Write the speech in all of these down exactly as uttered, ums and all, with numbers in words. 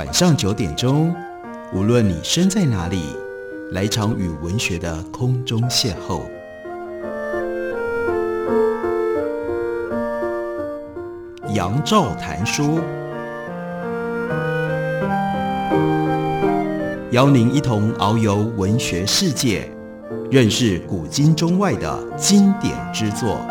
晚上九点钟，无论你身在哪里，来场与文学的空中邂逅。杨照谈书，邀您一同遨游文学世界，认识古今中外的经典之作。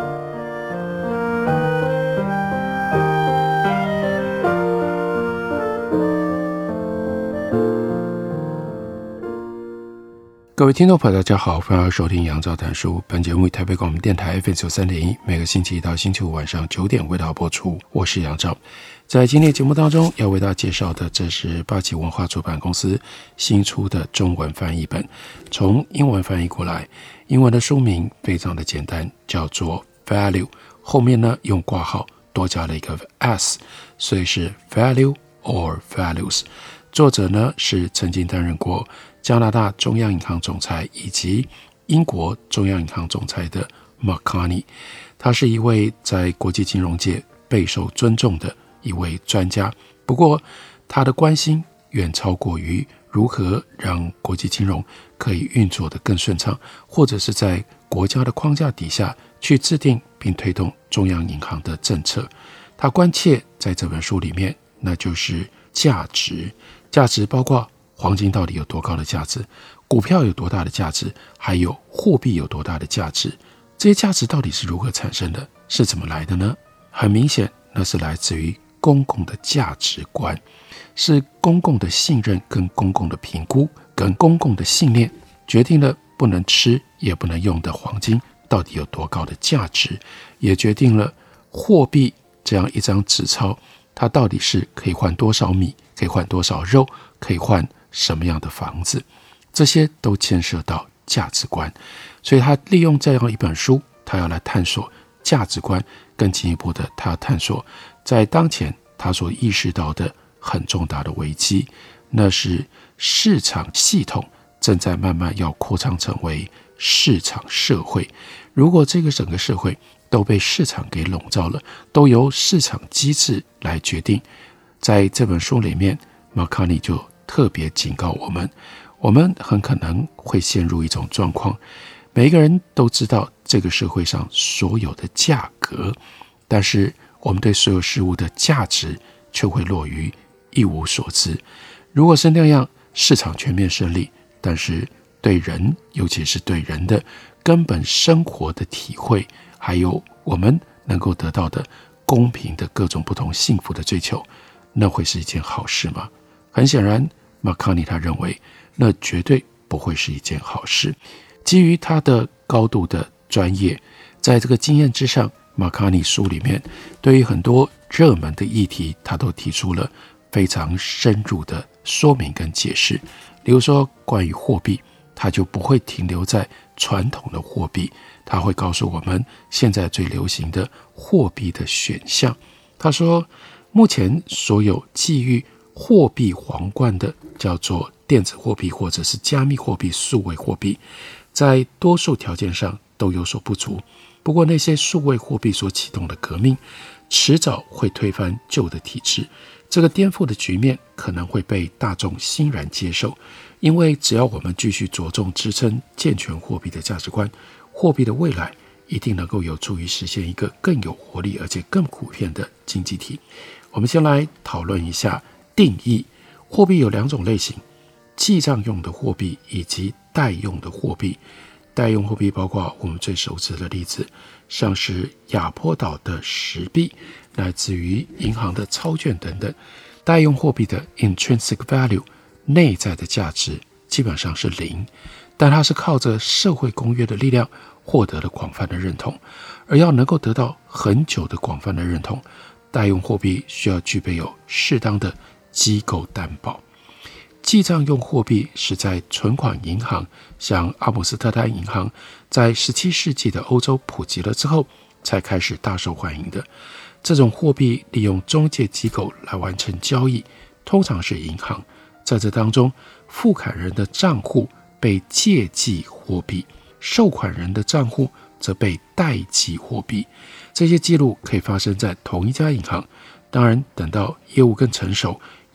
各位听众朋友大家好，欢迎收听杨照谈书。本节目以台北广播电台 F M 九三点一，每个星期一到星期五晚上九点为大家播出。我是杨照。在今天节目当中要为大家介绍的，这是八旗文化出版公司新出的中文翻译本，从英文翻译过来。英文的书名非常的简单，叫做 Value， 后面呢用括号多加了一个 s， 所以是 Value or Values。作者呢是曾经担任过加拿大中央银行总裁以及英国中央银行总裁的 McCartney， 他是一位在国际金融界备受尊重的一位专家，不过他的关心远超过于如何让国际金融可以运作得更顺畅，或者是在国家的框架底下去制定并推动中央银行的政策。他关切在这本书里面，那就是价值。价值包括黄金到底有多高的价值，股票有多大的价值，还有货币有多大的价值。这些价值到底是如何产生的，是怎么来的呢？很明显，那是来自于公共的价值观，是公共的信任跟公共的评估跟公共的信念决定了不能吃也不能用的黄金到底有多高的价值，也决定了货币这样一张纸钞它到底是可以换多少米，可以换多少肉，可以换什么样的房子，这些都牵涉到价值观。所以他利用这样一本书，他要来探索价值观，更进一步的他要探索在当前他所意识到的很重大的危机，那是市场系统正在慢慢要扩张成为市场社会。如果这个整个社会都被市场给笼罩了，都由市场机制来决定，在这本书里面 McCartney 就特别警告我们，我们很可能会陷入一种状况，每一个人都知道这个社会上所有的价格，但是我们对所有事物的价值却会落于一无所知。如果是那样，市场全面胜利，但是对人，尤其是对人的根本生活的体会，还有我们能够得到的公平的各种不同幸福的追求，那会是一件好事吗？很显然 McCartney 他认为那绝对不会是一件好事。基于他的高度的专业，在这个经验之上， McCartney 书里面对于很多热门的议题，他都提出了非常深入的说明跟解释。例如说关于货币，他就不会停留在传统的货币，他会告诉我们现在最流行的货币的选项。他说目前所有基于货币皇冠的叫做电子货币或者是加密货币、数位货币，在多数条件上都有所不足。不过那些数位货币所启动的革命迟早会推翻旧的体制，这个颠覆的局面可能会被大众欣然接受，因为只要我们继续着重支撑健全货币的价值观，货币的未来一定能够有助于实现一个更有活力而且更普遍的经济体。我们先来讨论一下定义。货币有两种类型，记账用的货币以及代用的货币。代用货币包括我们最熟知的例子，像是亚波岛的石币，来自于银行的钞券等等。代用货币的 intrinsic value 内在的价值基本上是零，但它是靠着社会公约的力量获得了广泛的认同。而要能够得到很久的广泛的认同，代用货币需要具备有适当的机构担保。记账用货币是在存款银行，像阿姆斯特丹银行，在十七世纪的欧洲普及了之后，才开始大受欢迎的。这种货币利用中介机构来完成交易，通常是银行。在这当中，付款人的账户被借记货币，受款人的账户则被代记货币。这些记录可以发生在同一家银行，当然等到业务更成熟，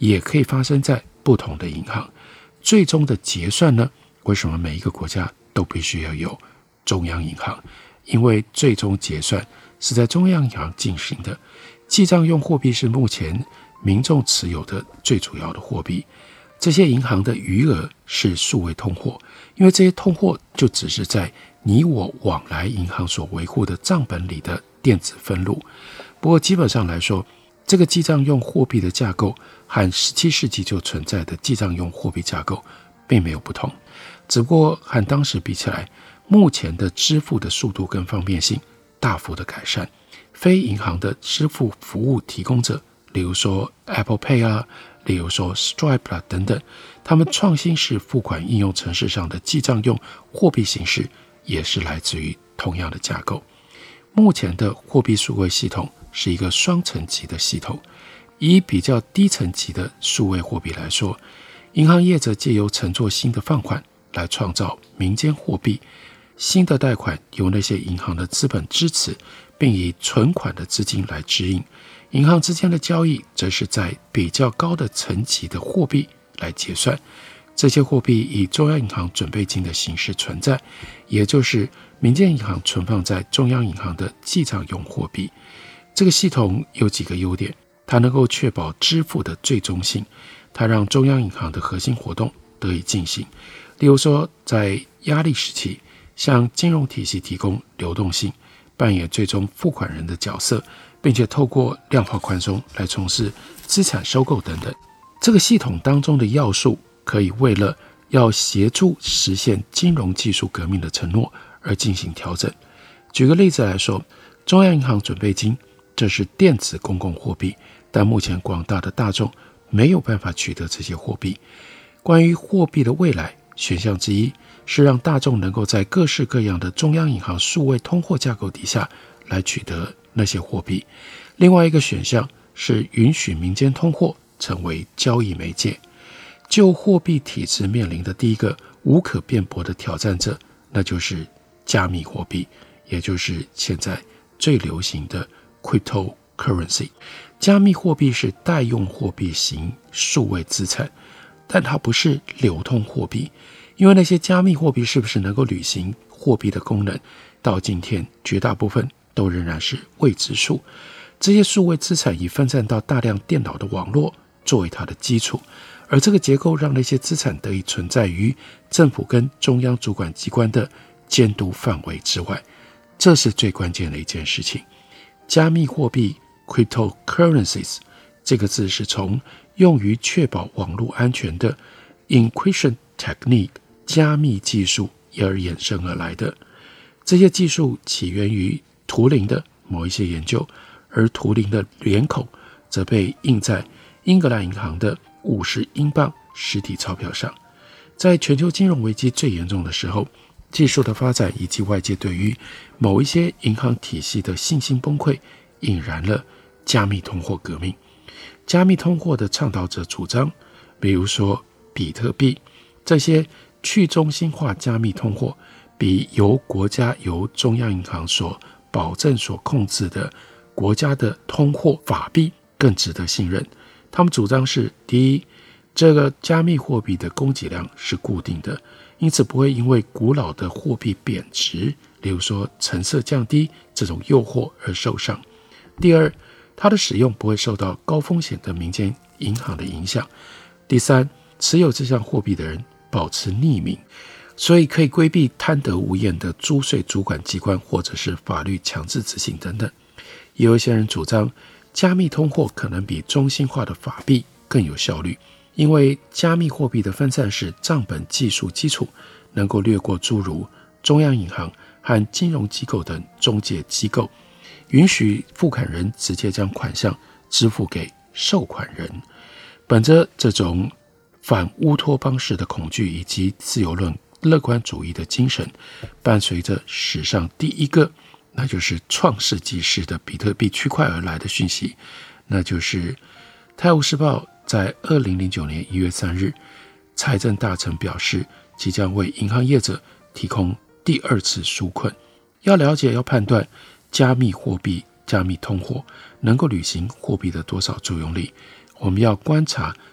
也可以发生在不同的银行。最终的结算呢，为什么每一个国家都必须要有中央银行？因为最终结算是在中央银行进行的。记账用货币是目前民众持有的最主要的货币，这些银行的余额是数位通货，因为这些通货就只是在你我往来银行所维护的账本里的电子分录。不过基本上来说，这个记账用货币的架构和十七世纪就存在的记账用货币架构并没有不同，只不过和当时比起来，目前的支付的速度跟方便性大幅的改善。非银行的支付服务提供者，例如说 Apple Pay 啊，例如说 Stripe 啊等等，他们创新式付款应用程式上的记账用货币形式也是来自于同样的架构。目前的货币数位系统是一个双层级的系统，以比较低层级的数位货币来说，银行业者借由承做新的放款来创造民间货币，新的贷款由那些银行的资本支持，并以存款的资金来支应。银行之间的交易则是在比较高的层级的货币来结算，这些货币以中央银行准备金的形式存在，也就是民间银行存放在中央银行的记账用货币。这个系统有几个优点，它能够确保支付的最终性，它让中央银行的核心活动得以进行。例如说，在压力时期，向金融体系提供流动性，扮演最终付款人的角色，并且透过量化宽松来从事资产收购等等。这个系统当中的要素可以为了要协助实现金融技术革命的承诺而进行调整。举个例子来说，中央银行准备金，这是电子公共货币，但目前广大的大众没有办法取得这些货币。关于货币的未来，选项之一是让大众能够在各式各样的中央银行数位通货架构底下来取得那些货币。另外一个选项是允许民间通货成为交易媒介。就货币体制面临的第一个无可辩驳的挑战者，那就是加密货币，也就是现在最流行的 cryptocurrency。 加密货币是代用货币型数位资产，但它不是流通货币，因为那些加密货币是不是能够履行货币的功能，到今天绝大部分都仍然是未知数。这些数位资产已分散到大量电脑的网络作为它的基础，而这个结构让那些资产得以存在于政府跟中央主管机关的监督范围之外，这是最关键的一件事情。加密货币 cryptocurrencies 这个字是从用于确保网络安全的 encryption technique 加密技术而衍生而来的。这些技术起源于图灵的某一些研究，而图灵的脸孔则被印在英格兰银行的五十英镑实体钞票上。在全球金融危机最严重的时候，技术的发展以及外界对于某一些银行体系的信心崩溃，引燃了加密通货革命。加密通货的倡导者主张，比如说比特币，这些去中心化加密通货比由国家由中央银行所保证所控制的国家的通货法币更值得信任。他们主张是，第一，这个加密货币的供给量是固定的，因此不会因为古老的货币贬值，例如说成色降低这种诱惑而受伤。第二，它的使用不会受到高风险的民间银行的影响。第三，持有这项货币的人保持匿名，所以可以规避贪得无厌的租税主管机关或者是法律强制执行等等。也有一些人主张，加密通货可能比中心化的法币更有效率，因为加密货币的分散式账本技术基础能够略过诸如中央银行和金融机构等中介机构，允许付款人直接将款项支付给受款人。本着这种反乌托邦式的恐惧以及自由论乐观主义的精神，伴随着史上第一个，那就是创世纪式的比特币区块而来的讯息，那就是《泰晤士报》在二零零九年一月三日，财政大臣表示，即将为银行业者提供第二次纾困。要了解、要判断加密货币、加密通货能够履行货币的多少作用力，我们要观察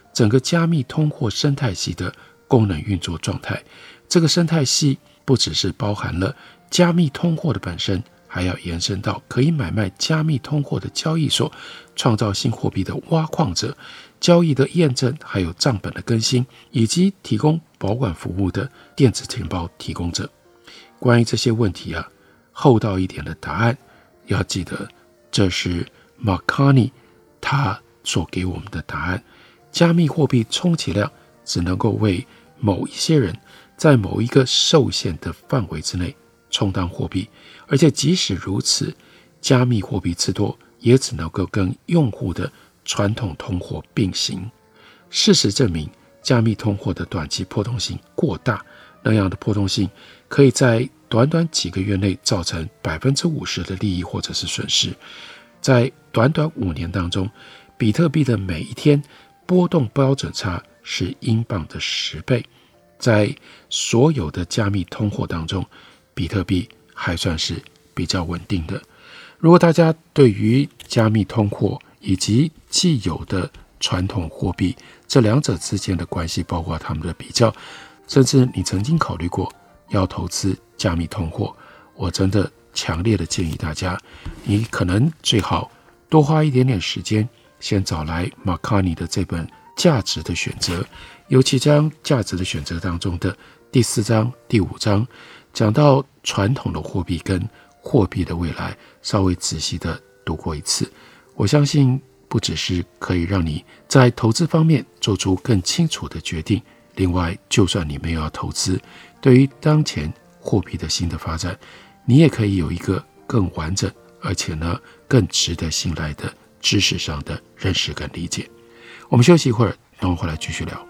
整个加密通货生态系的功能运作状态。这个生态系不只是包含了加密通货的本身，还要延伸到可以买卖加密通货的交易所、创造新货币的挖矿者、交易的验证，还有账本的更新，以及提供保管服务的电子钱包提供者。关于这些问题啊，厚道一点的答案，要记得这是 Marconi 他所给我们的答案。加密货币充其量只能够为某一些人在某一个受限的范围之内充当货币，而且即使如此，加密货币之多也只能够跟用户的传统通货并行。事实证明，加密通货的短期波动性过大，那样的波动性可以在短短几个月内造成 百分之五十 的利益或者是损失。在短短五年当中，比特币的每一天波动标准差是英镑的十倍。在所有的加密通货当中，比特币还算是比较稳定的。如果大家对于加密通货以及既有的传统货币这两者之间的关系，包括他们的比较，甚至你曾经考虑过要投资加密通货，我真的强烈的建议大家，你可能最好多花一点点时间，先找来 Marconi 的这本价值的选择，尤其将价值的选择当中的第四章、第五章讲到传统的货币跟货币的未来，稍微仔细的读过一次。我相信不只是可以让你在投资方面做出更清楚的决定，另外就算你没有要投资，对于当前货币的新的发展，你也可以有一个更完整而且呢更值得信赖的知识上的认识跟理解。我们休息一会儿，等我回来继续聊。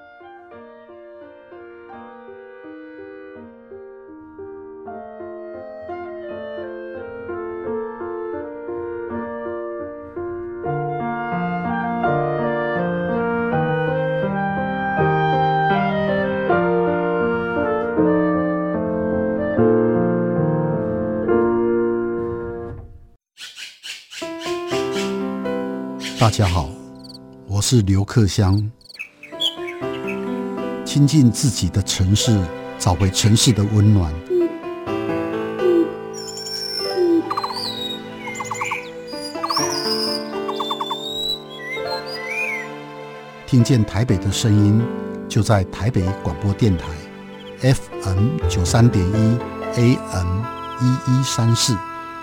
大家好，我是刘克襄。亲近自己的城市，找回城市的温暖。听见台北的声音，就在台北广播电台 F M 九三点一 A M 一一三四。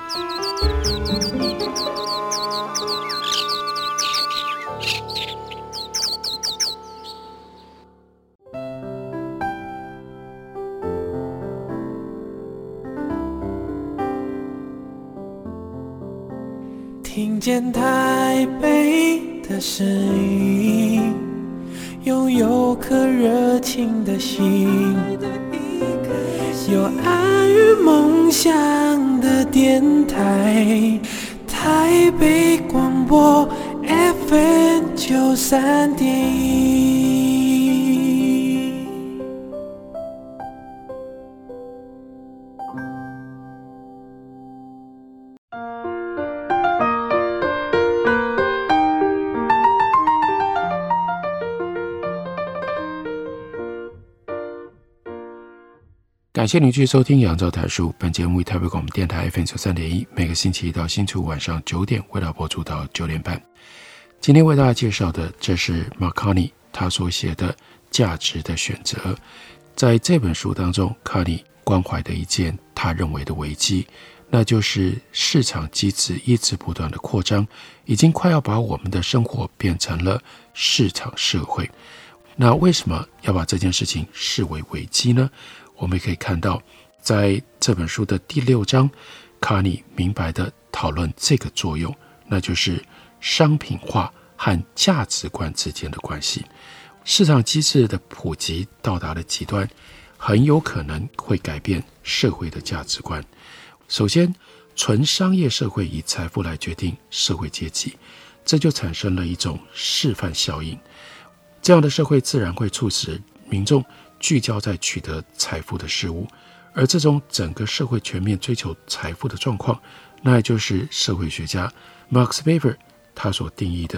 听见台北的声音，拥有颗热情的心，有爱与梦想的电台，台北广播 F M 九三点一。 感谢您继续收听杨照谈书，本节目以台北广播电台 F M 九三点一，每个星期一到星期五晚上九点为大家播出到九点半。今天为大家介绍的，这是 Marconi 他所写的价值的选择。在这本书当中，卡尼关怀的一件他认为的危机，那就是市场机制一直不断的扩张，已经快要把我们的生活变成了市场社会。那为什么要把这件事情视为危机呢？我们可以看到，在这本书的第六章，卡尼明白地讨论这个作用，那就是商品化和价值观之间的关系。市场机制的普及到达了极端，很有可能会改变社会的价值观。首先，纯商业社会以财富来决定社会阶级，这就产生了一种示范效应。这样的社会自然会促使民众聚焦在取得财富的事物，而这种整个社会全面追求财富的状况，那也就是社会学家 Max Weber 他所定义的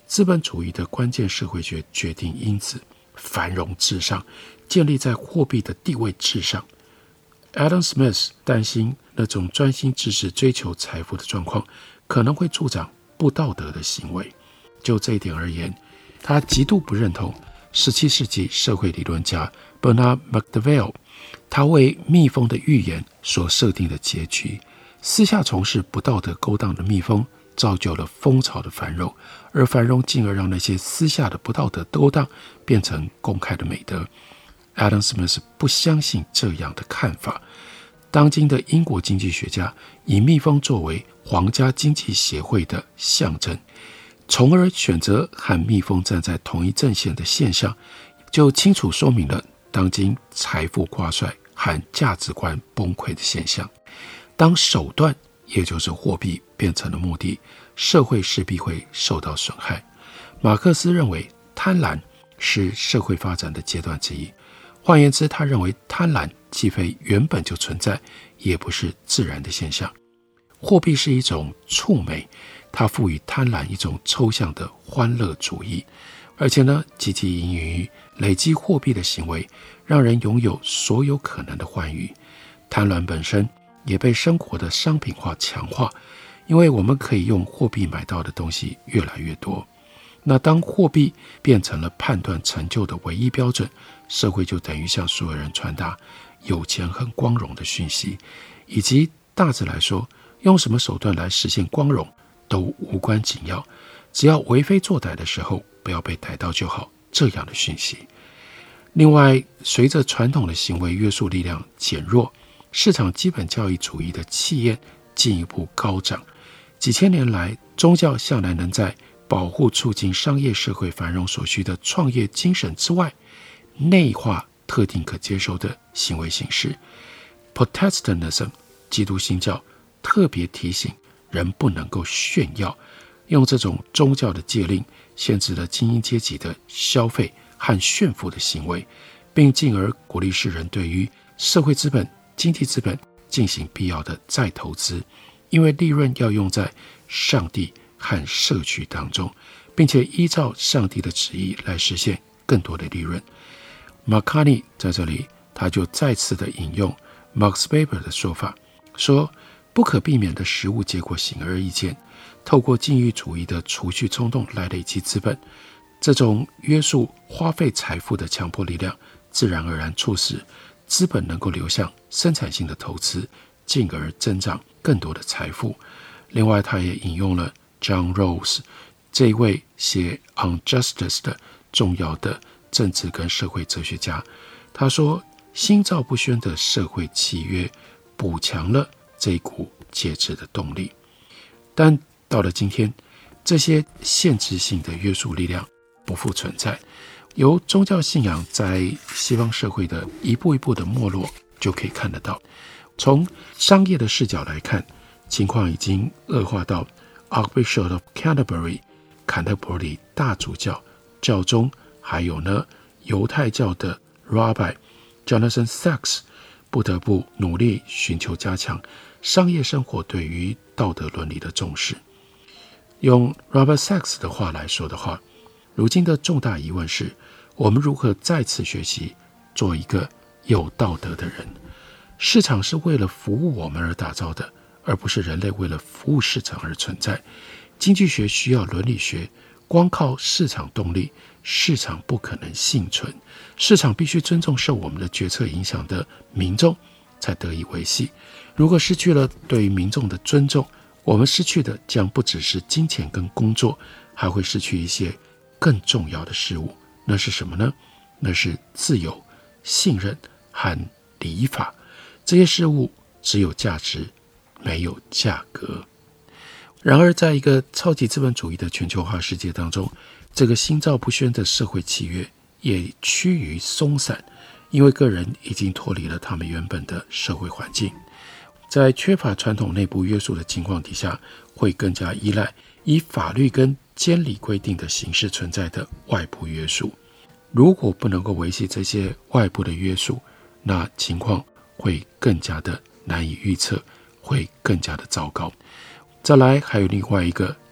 资本主义的关键社会学决定因子繁荣至上，建立在货币的地位至上。Adam Smith 担心那种专心致志追求财富的状况可能会助长不道德的行为。就这一点而言，他极度不认同十七世纪社会理论家 Bernard McDowell 他为蜜蜂的预言所设定的结局。私下从事不道德勾当的蜜蜂造就了蜂巢的繁荣，而繁荣进而让那些私下的不道德勾当变成公开的美德。Adam Smith 不相信这样的看法。当今的英国经济学家以蜜蜂作为皇家经济协会的象征，从而选择和蜜蜂站在同一阵线的现象，就清楚说明了当今财富挂帅和价值观崩溃的现象。当手段，也就是货币变成了目的，社会势必会受到损害。马克思认为贪婪是社会发展的阶段之一。换言之，他认为贪婪既非原本就存在，也不是自然的现象。货币是一种触媒，它赋予贪婪一种抽象的欢乐主义，而且呢，积极营于累积货币的行为，让人拥有所有可能的欢愉。贪婪本身也被生活的商品化强化，因为我们可以用货币买到的东西越来越多。那当货币变成了判断成就的唯一标准，社会就等于向所有人传达有钱很光荣的讯息，以及大致来说，用什么手段来实现光荣都无关紧要，只要为非作歹的时候不要被逮到就好，这样的讯息。另外，随着传统的行为约束力量减弱，市场基本教义主义的气焰进一步高涨。几千年来，宗教向来能在保护促进商业社会繁荣所需的创业精神之外，内化特定可接受的行为形式。 Protestantism 基督新教特别提醒人不能够炫耀，用这种宗教的戒令限制了精英阶级的消费和炫富的行为，并进而鼓励世人对于社会资本、经济资本进行必要的再投资，因为利润要用在上帝和社区当中，并且依照上帝的旨意来实现更多的利润。马卡尼在这里他就再次的引用 Max Weber 的说法，说不可避免的实务结果显而易见，透过禁欲主义的储蓄冲动来累积资本，这种约束花费财富的强迫力量自然而然促使资本能够流向生产性的投资，进而增长更多的财富。另外，他也引用了 John Rawls 这一位写 On Justice 的重要的政治跟社会哲学家。他说，心照不宣的社会契约补强了这一股节制的动力。但到了今天，这些限制性的约束力量不复存在，由宗教信仰在西方社会的一步一步的没落就可以看得到。从商业的视角来看，情况已经恶化到 Archbishop of Canterbury 坎特伯里大主教教宗，还有呢犹太教的 Rabbi Jonathan Sacks 不得不努力寻求加强商业生活对于道德伦理的重视。用 Robert Sacks 的话来说的话，如今的重大疑问是，我们如何再次学习做一个有道德的人。市场是为了服务我们而打造的，而不是人类为了服务市场而存在。经济学需要伦理学，光靠市场动力，市场不可能幸存。市场必须尊重受我们的决策影响的民众，才得以维系。如果失去了对于民众的尊重，我们失去的将不只是金钱跟工作，还会失去一些更重要的事物。那是什么呢？那是自由、信任和礼法。这些事物只有价值，没有价格。然而，在一个超级资本主义的全球化世界当中，这个心照不宣的社会契约也趋于松散，因为个人已经脱离了他们原本的社会环境。在缺乏传统内部约束的情况底下，会更加依赖以法律跟监理规定的形式存在的外部约束。如果不能够维系这些外部的约束，那情况会更加的难以预测，会更加的糟糕。再来，还有另外一个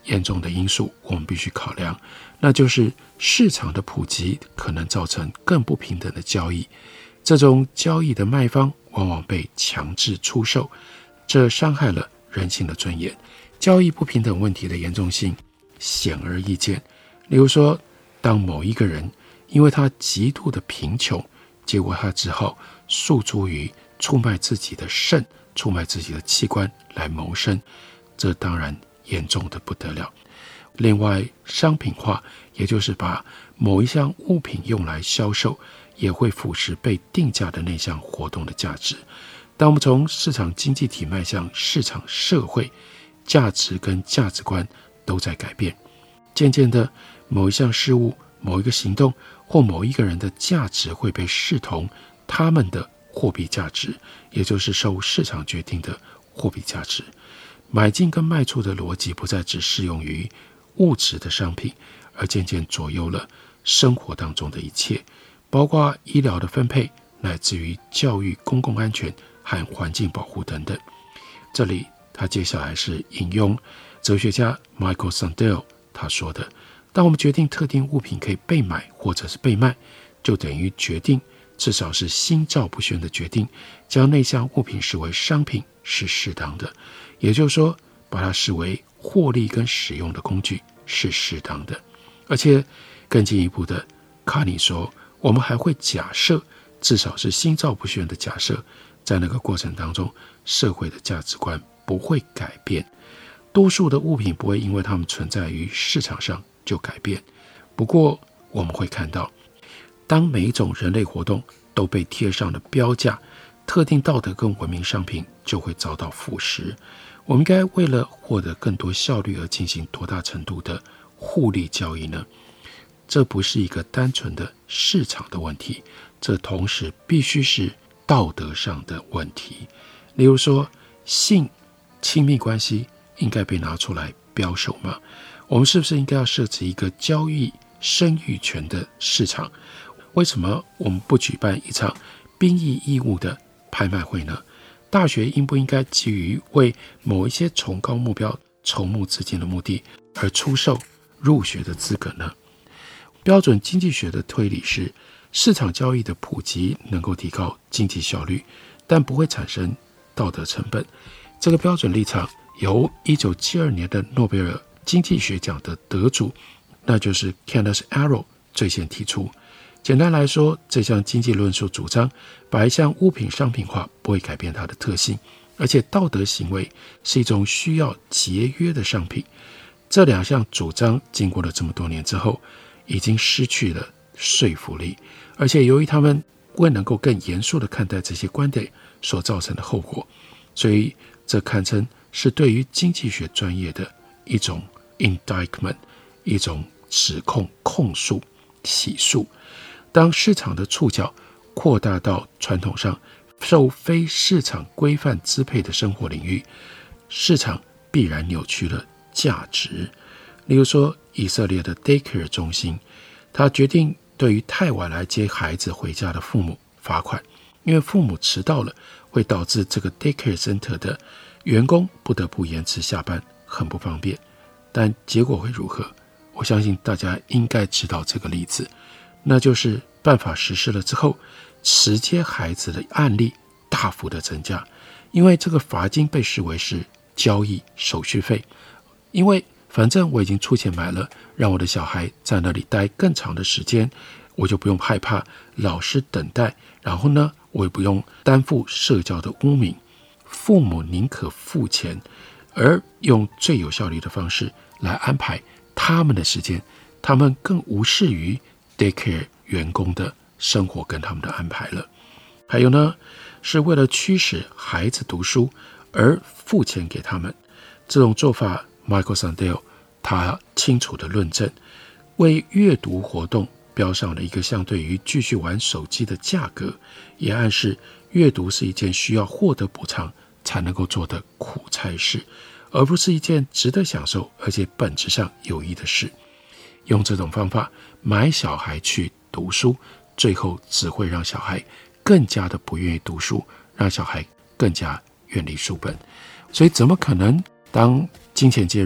严重的因素我们必须考量，那就是市场的普及可能造成更不平等的交易。这种交易的卖方往往被强制出售，这伤害了人性的尊严。交易不平等问题的严重性显而易见。例如说，当某一个人因为他极度的贫穷，结果他只好诉诸于出卖自己的肾、出卖自己的器官来谋生，这当然严重的不得了。另外，商品化，也就是把某一项物品用来销售，也会腐蚀被定价的那项活动的价值。当我们从市场经济体迈向市场社会，价值跟价值观都在改变。渐渐的，某一项事物、某一个行动或某一个人的价值会被视同他们的货币价值，也就是受市场决定的货币价值。买进跟卖出的逻辑不再只适用于物质的商品，而渐渐左右了生活当中的一切，包括医疗的分配，乃至于教育、公共安全和环境保护等等。这里他接下来是引用哲学家 Michael Sandel 他说的，当我们决定特定物品可以被买或者是被卖，就等于决定，至少是心照不宣的决定，将那项物品视为商品是适当的，也就是说，把它视为获利跟使用的工具是适当的。而且更进一步的，卡尼说，我们还会假设，至少是心照不宣的假设，在那个过程当中，社会的价值观不会改变，多数的物品不会因为它们存在于市场上就改变。不过我们会看到，当每一种人类活动都被贴上了标价，特定道德跟文明商品就会遭到腐蚀。我们应该为了获得更多效率而进行多大程度的互利交易呢？这不是一个单纯的市场的问题，这同时必须是道德上的问题。例如说，性、亲密关系应该被拿出来标售吗？我们是不是应该要设置一个交易生育权的市场？为什么我们不举办一场兵役义务的拍卖会呢？大学应不应该基于为某一些崇高目标筹募资金的目的而出售入学的资格呢？标准经济学的推理是，市场交易的普及能够提高经济效率，但不会产生道德成本。这个标准立场由一九七二年的诺贝尔经济学奖的得主，那就是 Kenneth Arrow 最先提出。简单来说，这项经济论述主张，把一项物品商品化不会改变它的特性，而且道德行为是一种需要节约的商品。这两项主张经过了这么多年之后，已经失去了说服力，而且由于他们未能够更严肃地看待这些观点所造成的后果，所以这堪称是对于经济学专业的一种 indictment， 一种指控、控诉、起诉。当市场的触角扩大到传统上受非市场规范支配的生活领域，市场必然扭曲了价值。例如说，以色列的 daycare 中心，他决定对于太晚来接孩子回家的父母罚款，因为父母迟到了会导致这个 daycare center 的员工不得不延迟下班，很不方便。但结果会如何？我相信大家应该知道这个例子，那就是办法实施了之后，迟接孩子的案例大幅的增加，因为这个罚金被视为是交易手续费，因为反正我已经出钱买了，让我的小孩在那里待更长的时间，我就不用害怕老师等待，然后呢，我也不用担负社交的污名。父母宁可付钱，而用最有效率的方式来安排他们的时间，他们更无视于 daycare 员工的生活跟他们的安排了。还有呢，是为了驱使孩子读书而付钱给他们。这种做法 Michael Sandel 他清楚的论证，为阅读活动标上了一个相对于继续玩手机的价格，也暗示阅读是一件需要获得补偿才能够做的苦差事，而不是一件值得享受而且本质上有益的事。用这种方法买小孩去读书，最后只会让小孩更加的不愿意读书，让小孩更加远离书本。所以怎么可能当金钱介入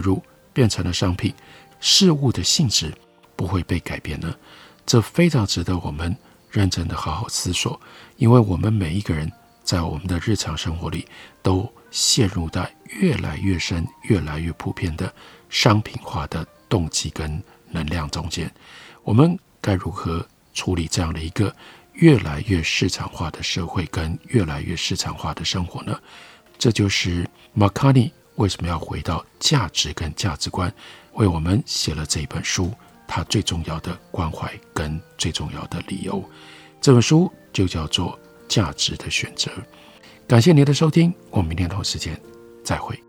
变成了商品，事物的性质不会被改变呢？这非常值得我们认真的好好思索，因为我们每一个人在我们的日常生活里都陷入在越来越深、越来越普遍的商品化的动机跟能量中间。我们该如何处理这样的一个越来越市场化的社会跟越来越市场化的生活呢？这就是马卡尼为什么要回到价值跟价值观，为我们写了这本书，他最重要的关怀跟最重要的理由。这本书就叫做《价值的选择》。感谢您的收听，我们明天同时间再会。